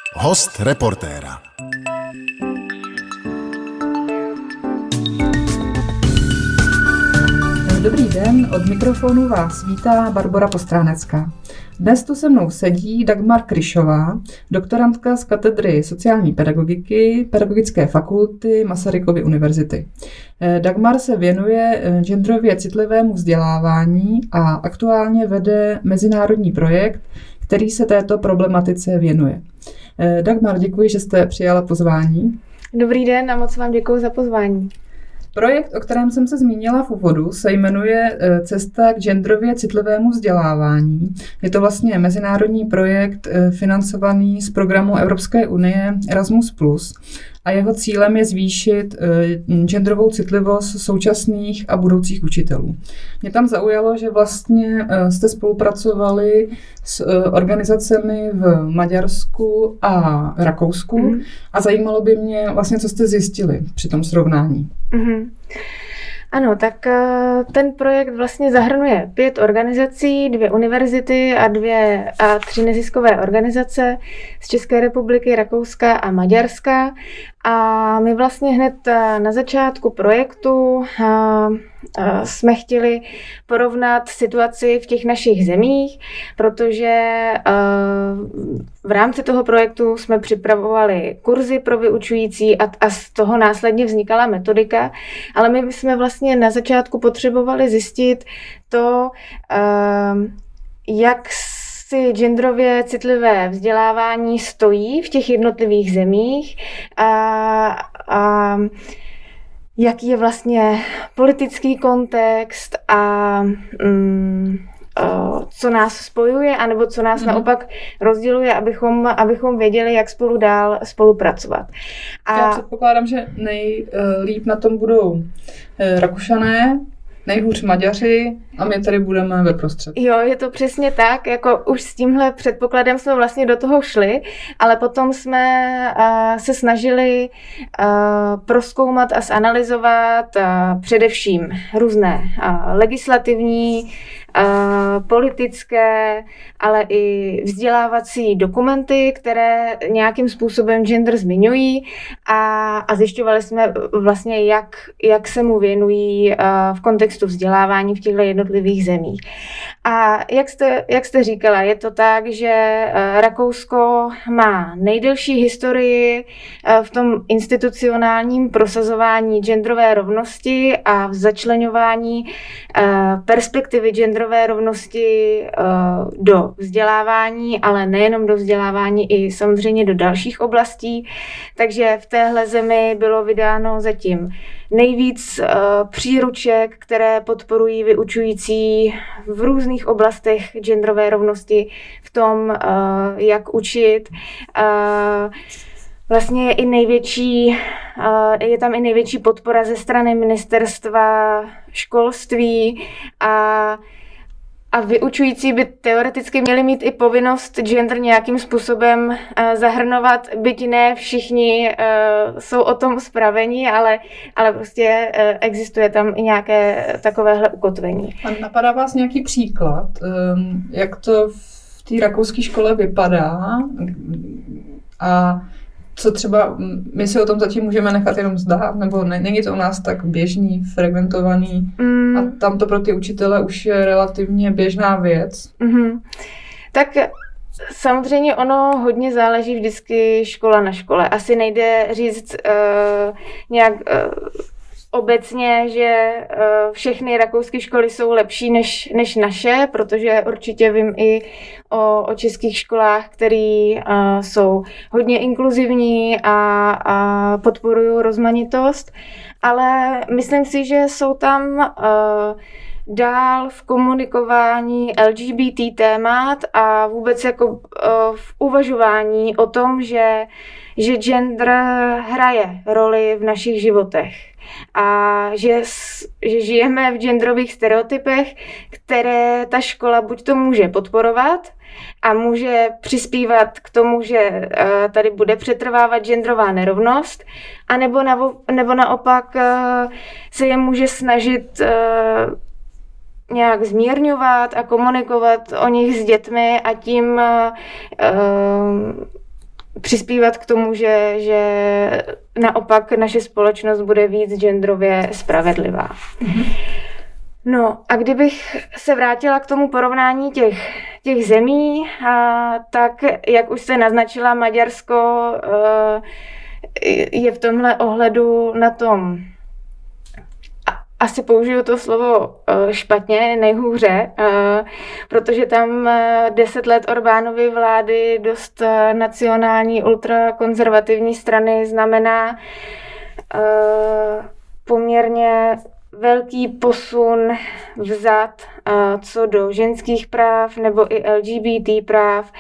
Host reportéra. Dobrý den, od mikrofonu vás vítá Barbora Postránecká. Dnes tu se mnou sedí Dagmar Kryšová, doktorantka z katedry sociální pedagogiky Pedagogické fakulty Masarykovy univerzity. Dagmar se věnuje genderově citlivému vzdělávání a aktuálně vede mezinárodní projekt, který se této problematice věnuje. Dagmar, děkuji, že jste přijala pozvání. Dobrý den a moc vám děkuji za pozvání. Projekt, o kterém jsem se zmínila v úvodu, se jmenuje Cesta k genderově citlivému vzdělávání. Je to vlastně mezinárodní projekt financovaný z programu Evropské unie Erasmus+, a jeho cílem je zvýšit genderovou citlivost současných a budoucích učitelů. Mě tam zaujalo, že vlastně jste spolupracovali s organizacemi v Maďarsku a Rakousku a zajímalo by mě vlastně, co jste zjistili při tom srovnání. Ano, tak ten projekt vlastně zahrnuje 5 organizací, 2 univerzity a 3 neziskové organizace z České republiky, Rakouska a Maďarska. A my vlastně hned na začátku projektu jsme chtěli porovnat situaci v těch našich zemích, protože v rámci toho projektu jsme připravovali kurzy pro vyučující a z toho následně vznikala metodika, ale my jsme vlastně na začátku potřebovali zjistit to, jak si genderově citlivé vzdělávání stojí v těch jednotlivých zemích a jaký je vlastně politický kontext a co nás spojuje, anebo co nás naopak rozděluje, abychom věděli, jak spolu dál spolupracovat. Já předpokládám, že nejlíp na tom budou Rakušané, nejhůř Maďaři a my tady budeme ve prostředku. Jo, je to přesně tak, jako už s tímhle předpokladem jsme vlastně do toho šli, ale potom jsme se snažili prozkoumat a zanalyzovat především různé legislativní, politické, ale i vzdělávací dokumenty, které nějakým způsobem gender zmiňují a zjišťovali jsme vlastně, jak se mu věnují v kontextu vzdělávání v těchto jednotlivých zemích. A jak jste říkala, je to tak, že Rakousko má nejdelší historii v tom institucionálním prosazování genderové rovnosti a v začleňování perspektivy genderové rovnosti do vzdělávání, ale nejenom do vzdělávání, i samozřejmě do dalších oblastí. Takže v téhle zemi bylo vydáno zatím nejvíc příruček, které podporují vyučující v různých oblastech genderové rovnosti, v tom, jak učit. Vlastně je tam i největší podpora ze strany ministerstva školství a vyučující by teoreticky měli mít i povinnost gender nějakým způsobem zahrnovat, byť ne všichni jsou o tom spraveni, ale prostě existuje tam i nějaké takovéhle ukotvení. A napadá vás nějaký příklad, jak to v té rakouské škole vypadá a co třeba my si o tom zatím můžeme nechat jenom zdát, nebo není to u nás tak běžný, frekventovaný a tam to pro ty učitele už je relativně běžná věc. Tak samozřejmě ono hodně záleží vždycky škola na škole. Asi nejde říct nějak obecně, že všechny rakouské školy jsou lepší než naše, protože určitě vím i o českých školách, které jsou hodně inkluzivní a podporují rozmanitost, ale myslím si, že jsou tam dál v komunikování LGBT témat a vůbec jako v uvažování o tom, že gender hraje roli v našich životech a že žijeme v genderových stereotypech, které ta škola buď to může podporovat a může přispívat k tomu, že tady bude přetrvávat genderová nerovnost, nebo naopak se je může snažit nějak zmírňovat a komunikovat o nich s dětmi a tím přispívat k tomu, že naopak naše společnost bude víc genderově spravedlivá. No a kdybych se vrátila k tomu porovnání těch zemí, tak jak už se naznačila, Maďarsko je v tomhle ohledu na tom, asi použiju to slovo špatně, nejhůře, protože tam 10 let Orbánovy vlády dost nacionální ultrakonzervativní strany znamená poměrně velký posun vzad co do ženských práv nebo i LGBT práv.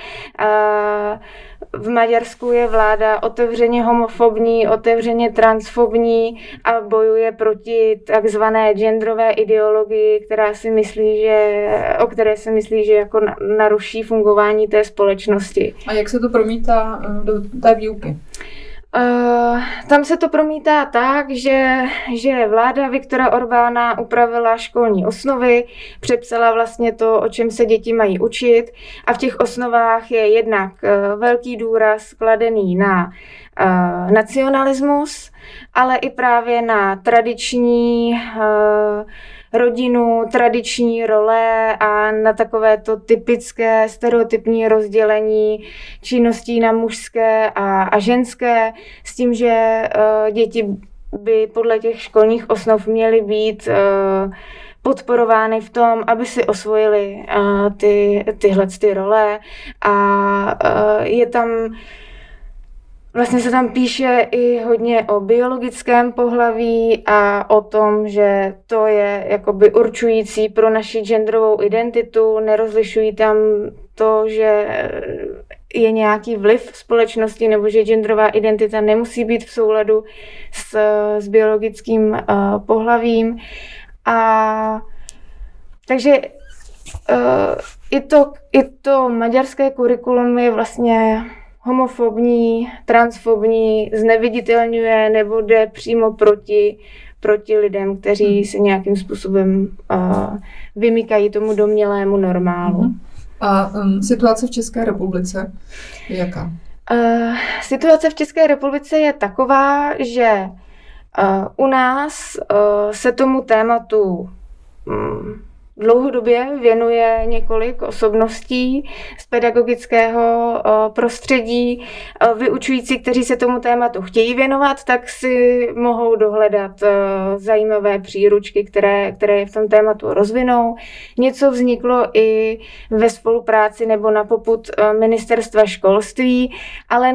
V Maďarsku je vláda otevřeně homofobní, otevřeně transfobní a bojuje proti takzvané genderové ideologii, o které se myslí, že jako naruší fungování té společnosti. A jak se to promítá do té výuky? Tam se to promítá tak, že vláda Viktora Orbána upravila školní osnovy, přepsala vlastně to, o čem se děti mají učit, a v těch osnovách je jednak velký důraz kladený na nacionalismus, ale i právě na tradiční rodinu, tradiční role a na takovéto typické stereotypní rozdělení činností na mužské a ženské, s tím, že děti by podle těch školních osnov měly být podporovány v tom, aby si osvojili tyhle role, a je tam vlastně se tam píše i hodně o biologickém pohlaví a o tom, že to je jakoby určující pro naši genderovou identitu. Nerozlišují tam to, že je nějaký vliv v společnosti nebo že genderová identita nemusí být v souladu s biologickým pohlavím. A takže i to maďarské kurikulum je vlastně homofobní, transfobní, zneviditelňuje nebo jde přímo proti lidem, kteří se nějakým způsobem vymykají tomu domnělému normálu. A situace v České republice je jaká? Situace v České republice je taková, že u nás se tomu tématu dlouhodobě věnuje několik osobností z pedagogického prostředí. Vyučující, kteří se tomu tématu chtějí věnovat, tak si mohou dohledat zajímavé příručky, které je v tom tématu rozvinou. Něco vzniklo i ve spolupráci nebo na popud Ministerstva školství, ale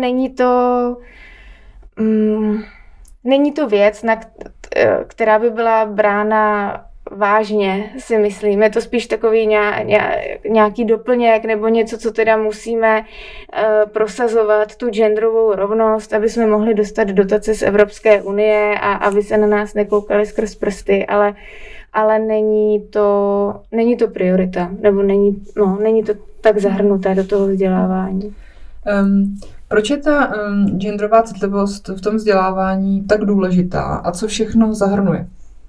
není to věc, která by byla brána vážně, si myslím. Je to spíš takový nějaký doplněk nebo něco, co teda musíme prosazovat, tu genderovou rovnost, aby jsme mohli dostat dotace z Evropské unie a aby se na nás nekoukali skrz prsty, ale není to priorita, nebo není to tak zahrnuté do toho vzdělávání. Proč je ta genderová citlivost v tom vzdělávání tak důležitá a co všechno zahrnuje?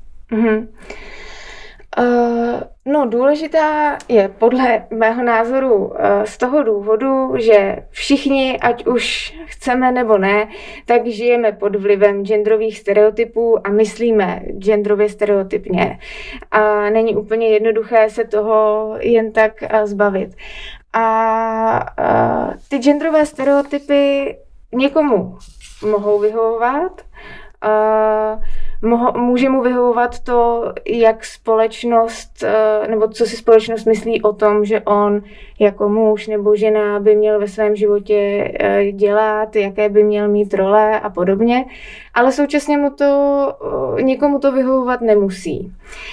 Důležitá je podle mého názoru z toho důvodu, že všichni, ať už chceme nebo ne, tak žijeme pod vlivem genderových stereotypů a myslíme genderově stereotypně. A není úplně jednoduché se toho jen tak zbavit. A ty genderové stereotypy někomu mohou vyhovovat, může mu vyhovovat to, jak společnost, nebo co si společnost myslí o tom, že on jako muž nebo žena by měl ve svém životě dělat, jaké by měl mít role a podobně, ale současně někomu to vyhovovat nemusí.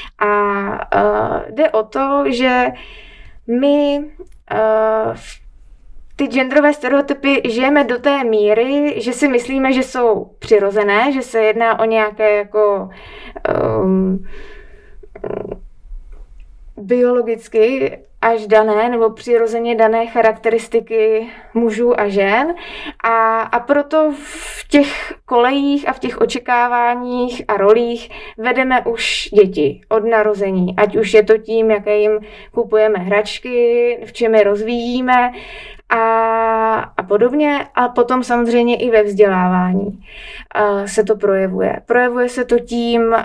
A jde o to, že my ty genderové stereotypy žijeme do té míry, že si myslíme, že jsou přirozené, že se jedná o nějaké jako biologicky až dané nebo přirozeně dané charakteristiky mužů a žen. A proto v těch kolejích a v těch očekáváních a rolích vedeme už děti od narození. Ať už je to tím, jaké jim kupujeme hračky, v čem je rozvíjíme. a podobně. A potom samozřejmě i ve vzdělávání se to projevuje. Projevuje se to tím,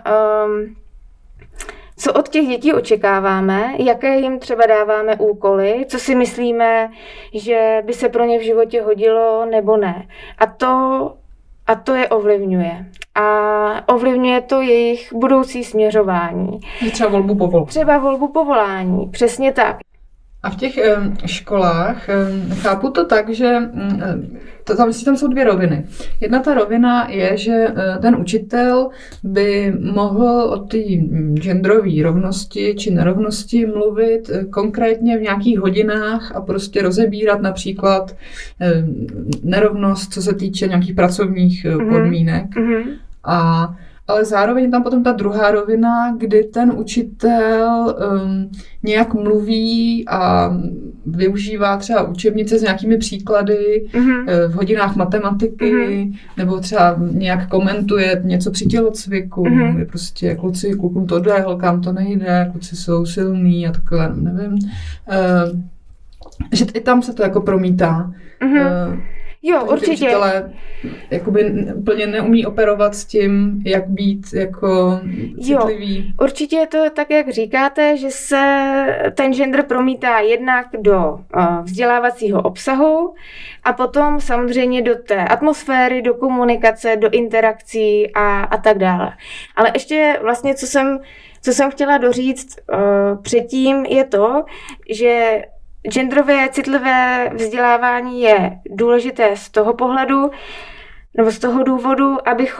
co od těch dětí očekáváme, jaké jim třeba dáváme úkoly, co si myslíme, že by se pro ně v životě hodilo nebo ne. A to je ovlivňuje. A ovlivňuje to jejich budoucí směřování. Třeba volbu povolání, přesně tak. A v těch školách chápu to tak, že tam jsou dvě roviny. Jedna ta rovina je, že ten učitel by mohl o té genderové rovnosti či nerovnosti mluvit konkrétně v nějakých hodinách a prostě rozebírat například nerovnost, co se týče nějakých pracovních podmínek. Ale zároveň tam potom ta druhá rovina, kdy ten učitel nějak mluví a využívá třeba učebnice s nějakými příklady v hodinách matematiky, nebo třeba nějak komentuje něco při tělocviku, je prostě klukům to jde, holkám to nejde, kluci jsou silní a takhle, nevím. Že i tam se to jako promítá. Jo, určitě. Učitelé jakoby úplně neumí operovat s tím, jak být jako citlivý. Jo, určitě je to tak, jak říkáte, že se ten gender promítá jednak do vzdělávacího obsahu a potom samozřejmě do té atmosféry, do komunikace, do interakcí a tak dále. Ale ještě vlastně, co jsem chtěla doříct předtím, je to, že genderově citlivé vzdělávání je důležité z toho pohledu, nebo z toho důvodu,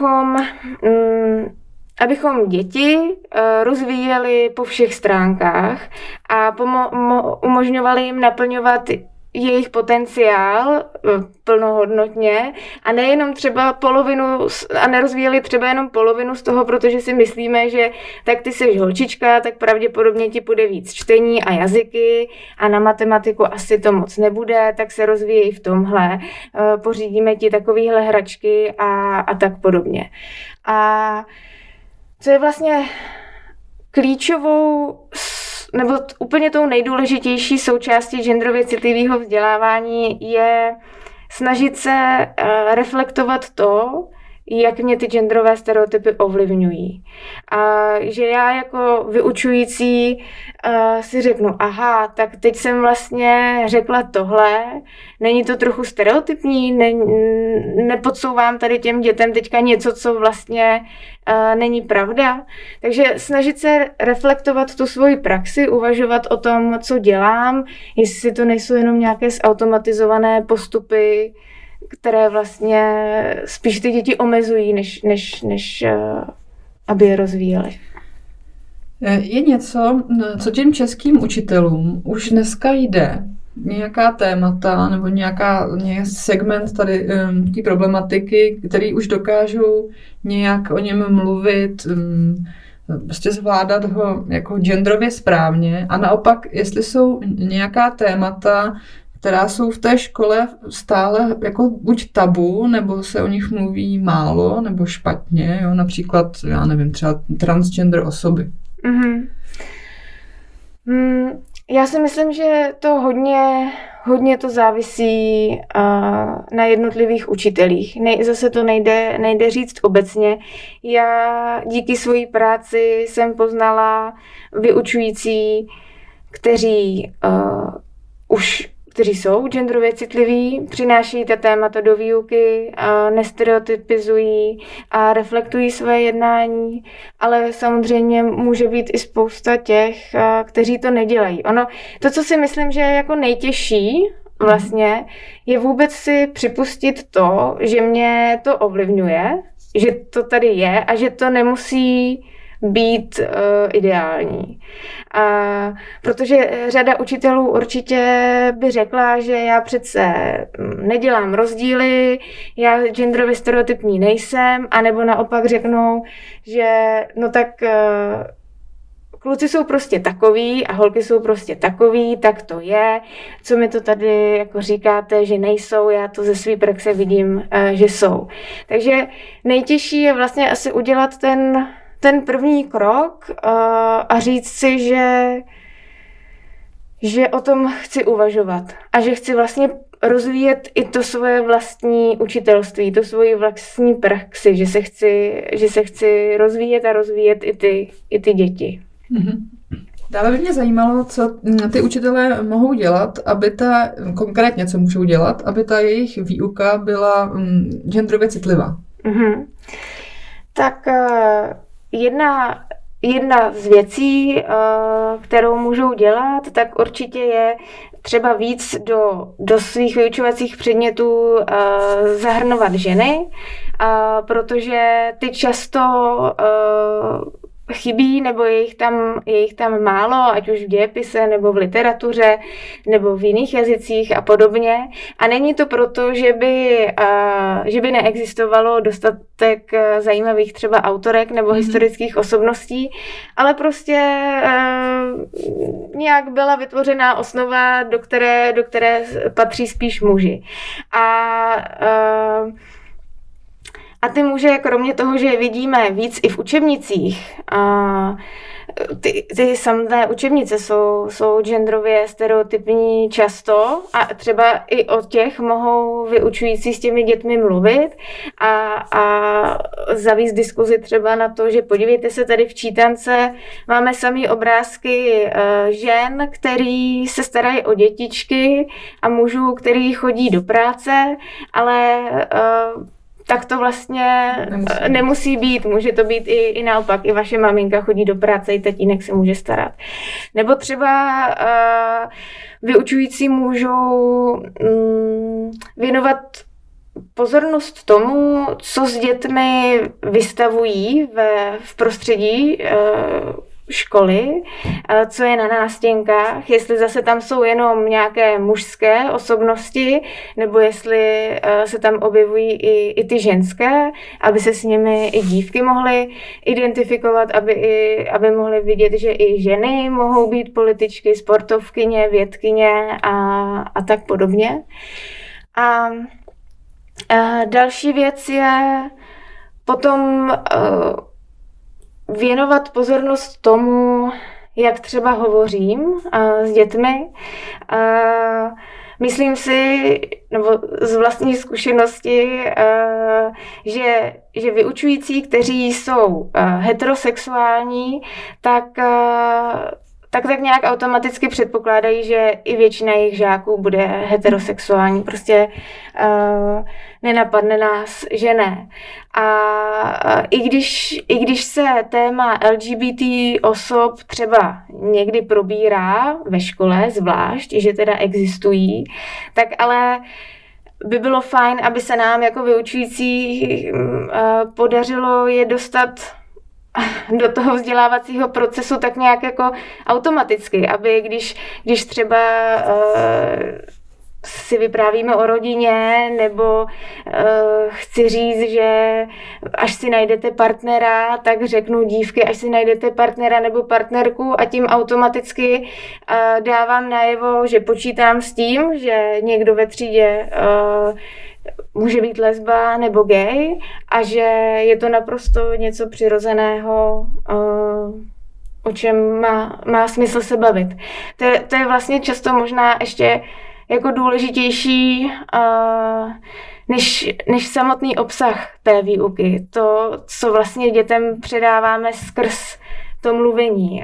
abychom děti rozvíjeli po všech stránkách a umožňovali jim naplňovat jejich potenciál plnohodnotně a nejenom třeba polovinu, a nerozvíjeli třeba jenom polovinu z toho, protože si myslíme, že tak ty jsi holčička, tak pravděpodobně ti půjde víc čtení a jazyky a na matematiku asi to moc nebude, tak se rozvíjí v tomhle, pořídíme ti takovýhle hračky a tak podobně. A co je vlastně klíčovou nebo úplně tou nejdůležitější součástí genderově citlivého vzdělávání je snažit se reflektovat to, jak mě ty genderové stereotypy ovlivňují. A že já jako vyučující si řeknu, aha, tak teď jsem vlastně řekla tohle, není to trochu stereotypní, nepodsouvám tady těm dětem teďka něco, co vlastně není pravda. Takže snažit se reflektovat tu svoji praxi, uvažovat o tom, co dělám, jestli to nejsou jenom nějaké zautomatizované postupy, které vlastně spíš ty děti omezují, než aby je rozvíjely. Je něco, co těm českým učitelům už dneska jde, nějaká témata nebo nějaký segment tady té problematiky, který už dokážou nějak o něm mluvit, prostě zvládat ho jako genderově správně, a naopak, jestli jsou nějaká témata, která jsou v té škole stále jako buď tabu, nebo se o nich mluví málo, nebo špatně, jo? Například, já nevím, třeba transgender osoby. Já si myslím, že to hodně to závisí na jednotlivých učitelích. Zase to nejde říct obecně. Já díky své práci jsem poznala vyučující, kteří jsou genderově citliví, přináší ta témata do výuky, nestereotypizují a reflektují své jednání, ale samozřejmě může být i spousta těch, kteří to nedělají. To, co si myslím, že je jako nejtěžší vlastně, je vůbec si připustit to, že mě to ovlivňuje, že to tady je a že to nemusí být ideální. Protože řada učitelů určitě by řekla, že já přece nedělám rozdíly, já genderově stereotypní nejsem, anebo naopak řeknou, že no tak kluci jsou prostě takový a holky jsou prostě takový, tak to je. Co mi to tady jako říkáte, že nejsou, já to ze své praxe vidím, že jsou. Takže nejtěžší je vlastně asi udělat ten první krok a říct si, že o tom chci uvažovat a že chci vlastně rozvíjet i to svoje vlastní učitelství, tu svoji vlastní praxi, že se chci rozvíjet a rozvíjet i ty děti. Mm-hmm. Dále by mě zajímalo, co ty učitelé mohou dělat, konkrétně co můžou dělat, aby ta jejich výuka byla genderově citlivá. Mm-hmm. Tak jedna z věcí, kterou můžou dělat, tak určitě je třeba víc do svých vyučovacích předmětů zahrnovat ženy, protože ty často chybí, nebo je jich tam málo, ať už v dějepise, nebo v literatuře, nebo v jiných jazycích a podobně. A není to proto, že by neexistovalo dostatek zajímavých třeba autorek nebo historických osobností, ale prostě nějak byla vytvořená osnova, do které patří spíš muži. A ty muže, kromě toho, že je vidíme víc i v učebnicích, ty samotné učebnice jsou genderově stereotypní často a třeba i o těch mohou vyučující s těmi dětmi mluvit a zavést diskuzi třeba na to, že podívejte se, tady v čítance máme samý obrázky žen, který se starají o dětičky a mužů, který chodí do práce, ale tak to vlastně nemusí být. Může to být i naopak. I vaše maminka chodí do práce, i tatínek se může starat. Nebo třeba vyučující můžou věnovat pozornost tomu, co s dětmi vystavují v prostředí školy, co je na nástěnkách, jestli zase tam jsou jenom nějaké mužské osobnosti, nebo jestli se tam objevují i ty ženské, aby se s nimi i dívky mohly identifikovat, aby mohly vidět, že i ženy mohou být političky, sportovkyně, vědkyně a tak podobně. A další věc je potom věnovat pozornost tomu, jak třeba hovořím s dětmi. Myslím si, nebo z vlastní zkušenosti, že vyučující, kteří jsou heterosexuální, tak nějak automaticky předpokládají, že i většina jejich žáků bude heterosexuální. Prostě nenapadne nás, že ne. A i když se téma LGBT osob třeba někdy probírá ve škole zvlášť, že teda existují, tak ale by bylo fajn, aby se nám jako vyučující podařilo je dostat do toho vzdělávacího procesu tak nějak jako automaticky, aby když třeba si vyprávíme o rodině, nebo chci říct, že až si najdete partnera, tak řeknu dívky, až si najdete partnera nebo partnerku a tím automaticky dávám najevo, že počítám s tím, že někdo ve třídě může být lesba nebo gay a že je to naprosto něco přirozeného, o čem má smysl se bavit. To je vlastně často možná ještě jako důležitější než samotný obsah té výuky. To, co vlastně dětem předáváme skrz to mluvení.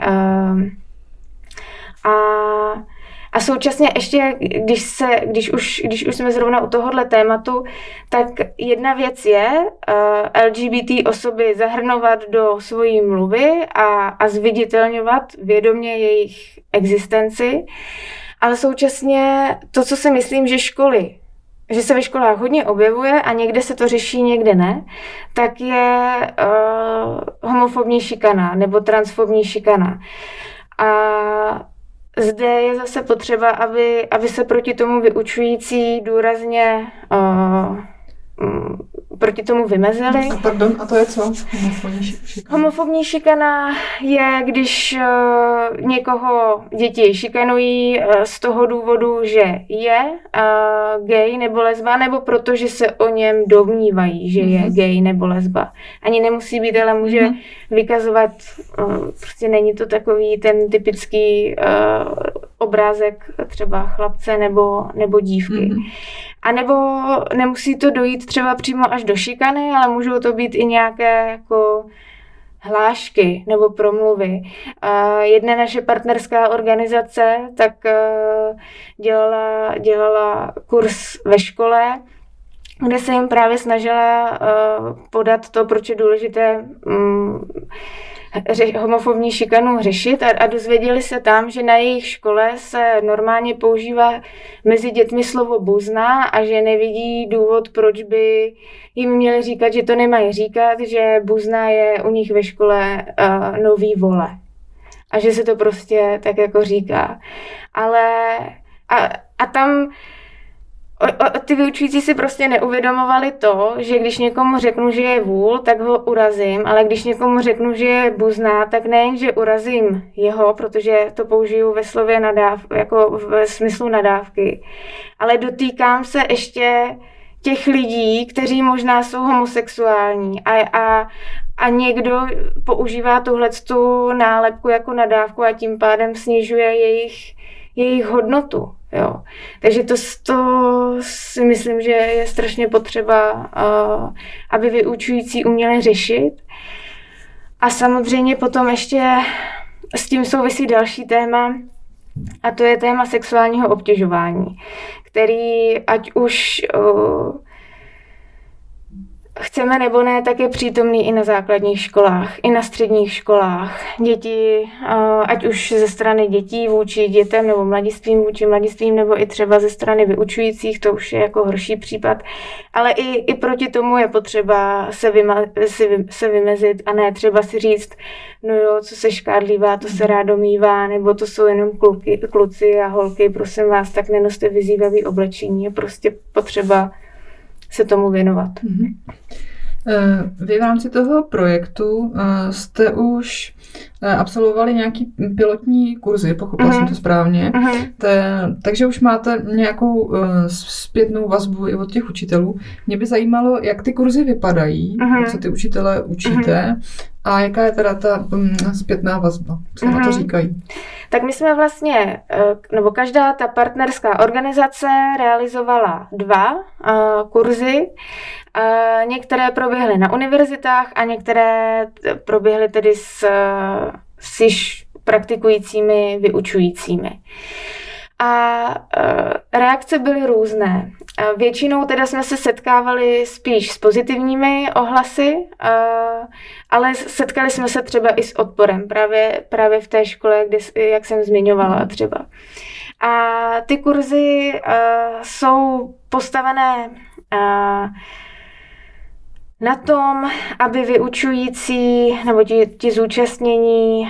A současně ještě, když už jsme zrovna u tohohle tématu, tak jedna věc je LGBT osoby zahrnovat do svojí mluvy a zviditelňovat vědomě jejich existenci, ale současně to, co si myslím, že se ve školách hodně objevuje a někde se to řeší, někde ne, tak je homofobní šikana nebo transfobní šikana. A zde je zase potřeba, aby se proti tomu vyučující důrazně proti tomu vymezili. Pardon, a to je co? Homofobní šikana je, když někoho děti šikanují z toho důvodu, že je gay nebo lesba, nebo protože se o něm domnívají, že je gay nebo lesba. Ani nemusí být, ale může vykazovat, prostě není to takový ten typický obrázek třeba chlapce nebo dívky. A nebo nemusí to dojít třeba přímo až do šikany, ale můžou to být i nějaké jako hlášky nebo promluvy. Jedna naše partnerská organizace tak dělala kurz ve škole, kde se jim právě snažila podat to, proč je důležité homofobní šikanu řešit a dozvěděli se tam, že na jejich škole se normálně používá mezi dětmi slovo buzna a že nevidí důvod, proč by jim měli říkat, že to nemají říkat, že buzna je u nich ve škole nový vole. A že se to prostě tak jako říká. Ale a tam ty vyučující si prostě neuvědomovali to, že když někomu řeknu, že je vůl, tak ho urazím, ale když někomu řeknu, že je buzná, tak nejen, že urazím jeho, protože to použiju ve slově jako ve smyslu nadávky, ale dotýkám se ještě těch lidí, kteří možná jsou homosexuální a někdo používá tuhletu nálepku jako nadávku a tím pádem snižuje jejich hodnotu. Jo. Takže to si myslím, že je strašně potřeba, aby vyučující uměli řešit. A samozřejmě potom ještě s tím souvisí další téma, a to je téma sexuálního obtěžování, který ať už chceme nebo ne, tak je přítomný i na základních školách, i na středních školách. Děti, ať už ze strany dětí vůči dětem nebo mladistvím vůči mladistvím, nebo i třeba ze strany vyučujících, to už je jako horší případ. Ale i proti tomu je potřeba se vymezit a ne třeba si říct, no jo, co se škádlívá, to se rádo mívá, nebo to jsou jenom kluci a holky, prosím vás, tak nenoste vyzývavý oblečení. Je prostě potřeba se tomu věnovat. Vy v rámci toho projektu jste už absolvovali nějaký pilotní kurzy, pochopila jsem to správně, takže už máte nějakou zpětnou vazbu i od těch učitelů. Mě by zajímalo, jak ty kurzy vypadají, co ty učitelé učíte a jaká je teda ta zpětná vazba, co na to říkají. Tak my jsme vlastně, nebo každá ta partnerská organizace realizovala 2 kurzy. Některé proběhly na univerzitách a některé proběhly tedy s již praktikujícími vyučujícími. A reakce byly různé. Většinou teda jsme se setkávali spíš s pozitivními ohlasy, ale setkali jsme se třeba i s odporem právě v té škole, jak jsem zmiňovala třeba. A ty kurzy jsou postavené na tom, aby vyučující nebo ti zúčastnění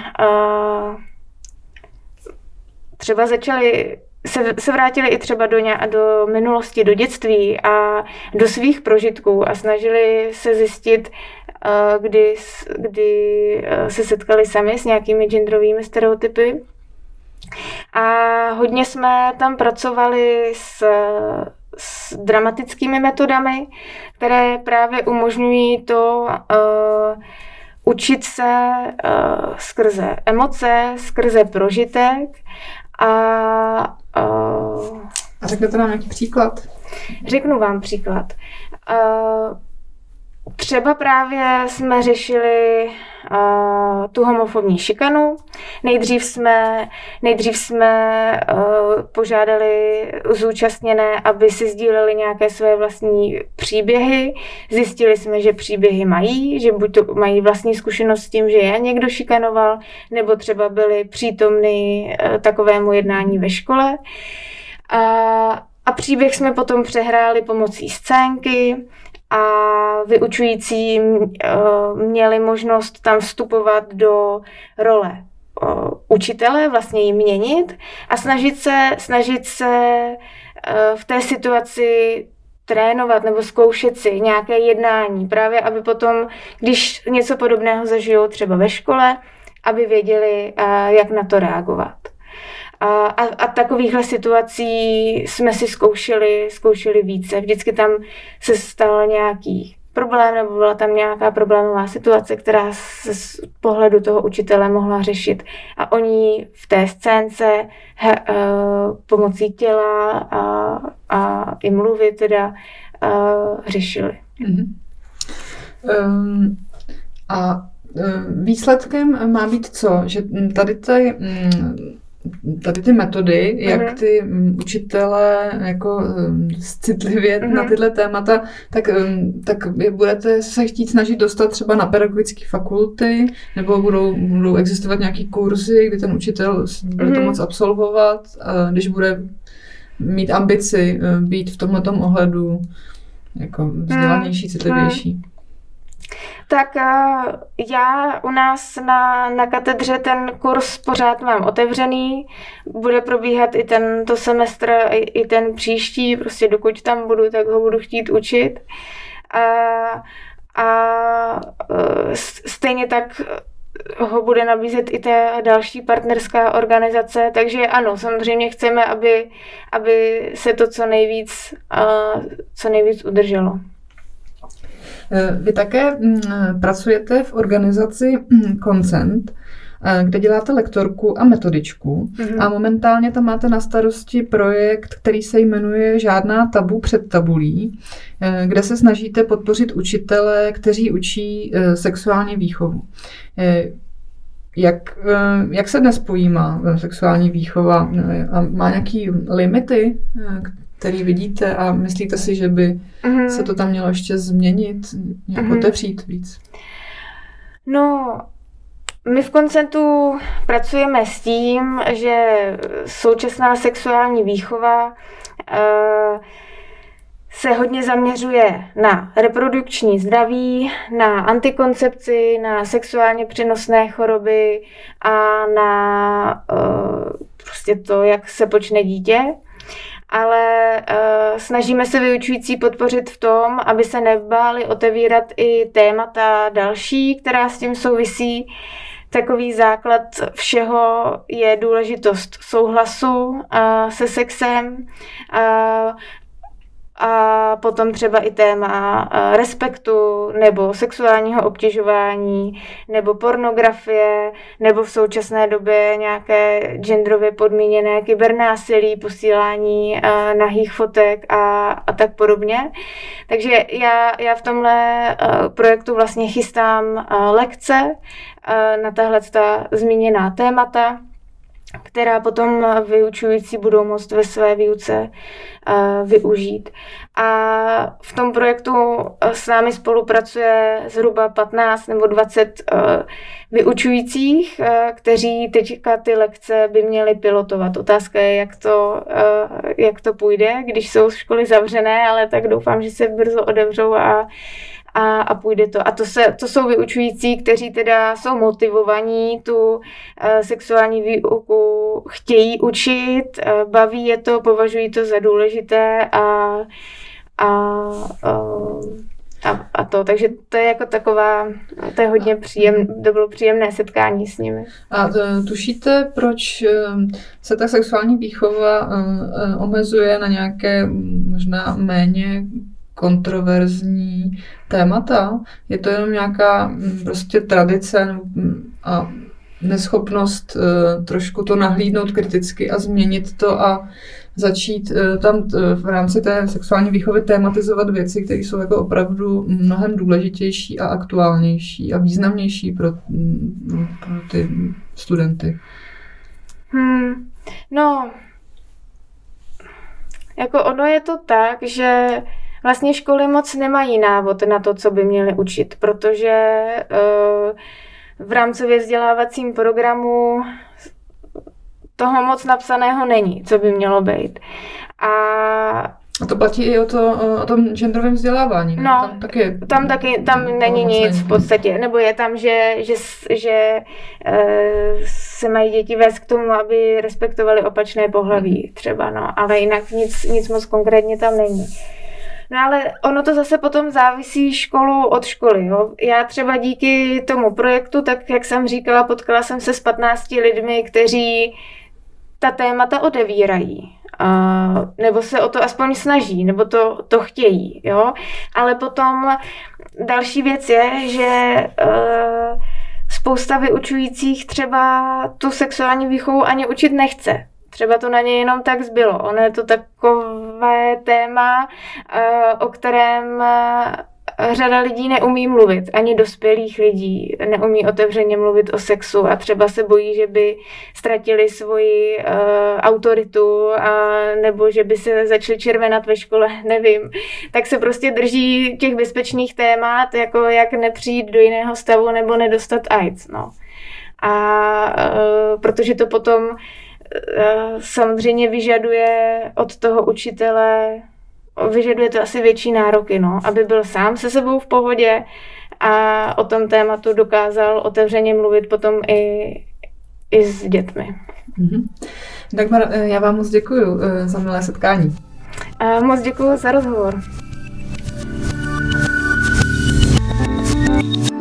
třeba začali se vrátili i třeba do minulosti, do dětství a do svých prožitků a snažili se zjistit, kdy se setkali sami s nějakými genderovými stereotypy. A hodně jsme tam pracovali s dramatickými metodami, které právě umožňují to učit se skrze emoce, skrze prožitek. A řeknete nám nějaký příklad? Řeknu vám příklad. Třeba právě jsme řešili tu homofobní šikanu. Nejdřív jsme požádali zúčastněné, aby si sdíleli nějaké své vlastní příběhy. Zjistili jsme, že příběhy mají, že buď to mají vlastní zkušenost s tím, že je někdo šikanoval, nebo třeba byli přítomní takovému jednání ve škole. A příběh jsme potom přehráli pomocí scénky a vyučující měli možnost tam vstupovat do role učitele, vlastně ji měnit a snažit se v té situaci trénovat nebo zkoušet si nějaké jednání, právě aby potom, když něco podobného zažijou třeba ve škole, aby věděli, jak na to reagovat. A takovýchhle situací jsme si zkoušeli více. Vždycky tam se stal nějaký problém nebo byla tam nějaká problémová situace, která se z pohledu toho učitele mohla řešit. A oni v té scénce pomocí těla a i mluvy teda řešili. A výsledkem má být co? Že tady ty metody, jak ty učitele jako citlivět na tyhle témata, tak je budete se chtít snažit dostat třeba na pedagogické fakulty, nebo budou existovat nějaký kurzy, kdy ten učitel bude to moct absolvovat, když bude mít ambici být v tomhletom ohledu jako vzdělanější, citlivější. Tak já u nás na katedře ten kurz pořád mám otevřený, bude probíhat i tento semestr, i ten příští, prostě dokud tam budu, tak ho budu chtít učit. A stejně tak ho bude nabízet i ta další partnerská organizace, takže ano, samozřejmě chceme, aby se to co nejvíc udrželo. Vy také pracujete v organizaci Consent, kde děláte lektorku a metodičku a momentálně tam máte na starosti projekt, který se jmenuje Žádná tabu před tabulí, kde se snažíte podpořit učitele, kteří učí sexuální výchovu. Jak se dnes pojímá sexuální výchova? A má nějaký limity, který vidíte a myslíte si, že by se to tam mělo ještě změnit, nějak otevřít víc? No, my v Consentu pracujeme s tím, že současná sexuální výchova se hodně zaměřuje na reprodukční zdraví, na antikoncepci, na sexuálně přenosné choroby a na prostě to, jak se počne dítě. Ale snažíme se vyučující podpořit v tom, aby se nebáli otevírat i témata další, která s tím souvisí. Takový základ všeho je důležitost souhlasu se sexem, a potom třeba i téma respektu nebo sexuálního obtěžování nebo pornografie nebo v současné době nějaké genderově podmíněné kybernásilí, posílání nahých fotek a tak podobně. Takže já v tomhle projektu vlastně chystám lekce na tahle zmíněná témata, která potom vyučující budou moct ve své výuce využít. A v tom projektu s námi spolupracuje zhruba 15 nebo 20 vyučujících, kteří teďka ty lekce by měli pilotovat. Otázka je, jak to půjde, když jsou školy zavřené, ale tak doufám, že se brzo otevřou a půjde to. A to jsou vyučující, kteří teda jsou motivovaní, tu sexuální výuku chtějí učit, baví je to, považují to za důležité a to. Takže to je jako taková, to je hodně to bylo příjemné setkání s nimi. A tušíte, proč se ta sexuální výchova omezuje na nějaké možná méně kontroverzní témata? Je to jenom nějaká prostě tradice a neschopnost trošku to nahlídnout kriticky a změnit to a začít tam v rámci té sexuální výchovy tématizovat věci, které jsou jako opravdu mnohem důležitější a aktuálnější a významnější pro ty studenty? No, jako ono je to tak, že vlastně školy moc nemají návod na to, co by měly učit, protože v rámcově vzdělávacím programu toho moc napsaného není, co by mělo být. A to platí i o tom genderovém vzdělávání. No, tam není nic v podstatě. Nebo je tam, že se mají děti vést k tomu, aby respektovali opačné pohlaví třeba, no. Ale jinak nic moc konkrétně tam není. No ale ono to zase potom závisí školu od školy. Jo. Já třeba díky tomu projektu, tak jak jsem říkala, potkala jsem se s 15 lidmi, kteří ta témata otevírají. Nebo se o to aspoň snaží, nebo to chtějí. Jo. Ale potom Další věc je, že spousta vyučujících třeba tu sexuální výchovu ani učit nechce. Třeba to na ně jenom tak zbylo. Ono je to takové téma, o kterém řada lidí neumí mluvit, ani dospělých lidí neumí otevřeně mluvit o sexu a třeba se bojí, že by ztratili svoji autoritu nebo že by se začali červenat ve škole, nevím. Tak se prostě drží těch bezpečných témat, jako jak nepřijít do jiného stavu nebo nedostat AIDS. No. A protože to potom samozřejmě vyžaduje od toho učitele, vyžaduje to asi větší nároky, no, aby byl sám se sebou v pohodě a o tom tématu dokázal otevřeně mluvit potom i s dětmi. Dagmar, já vám moc děkuju za milé setkání. Moc děkuju za rozhovor.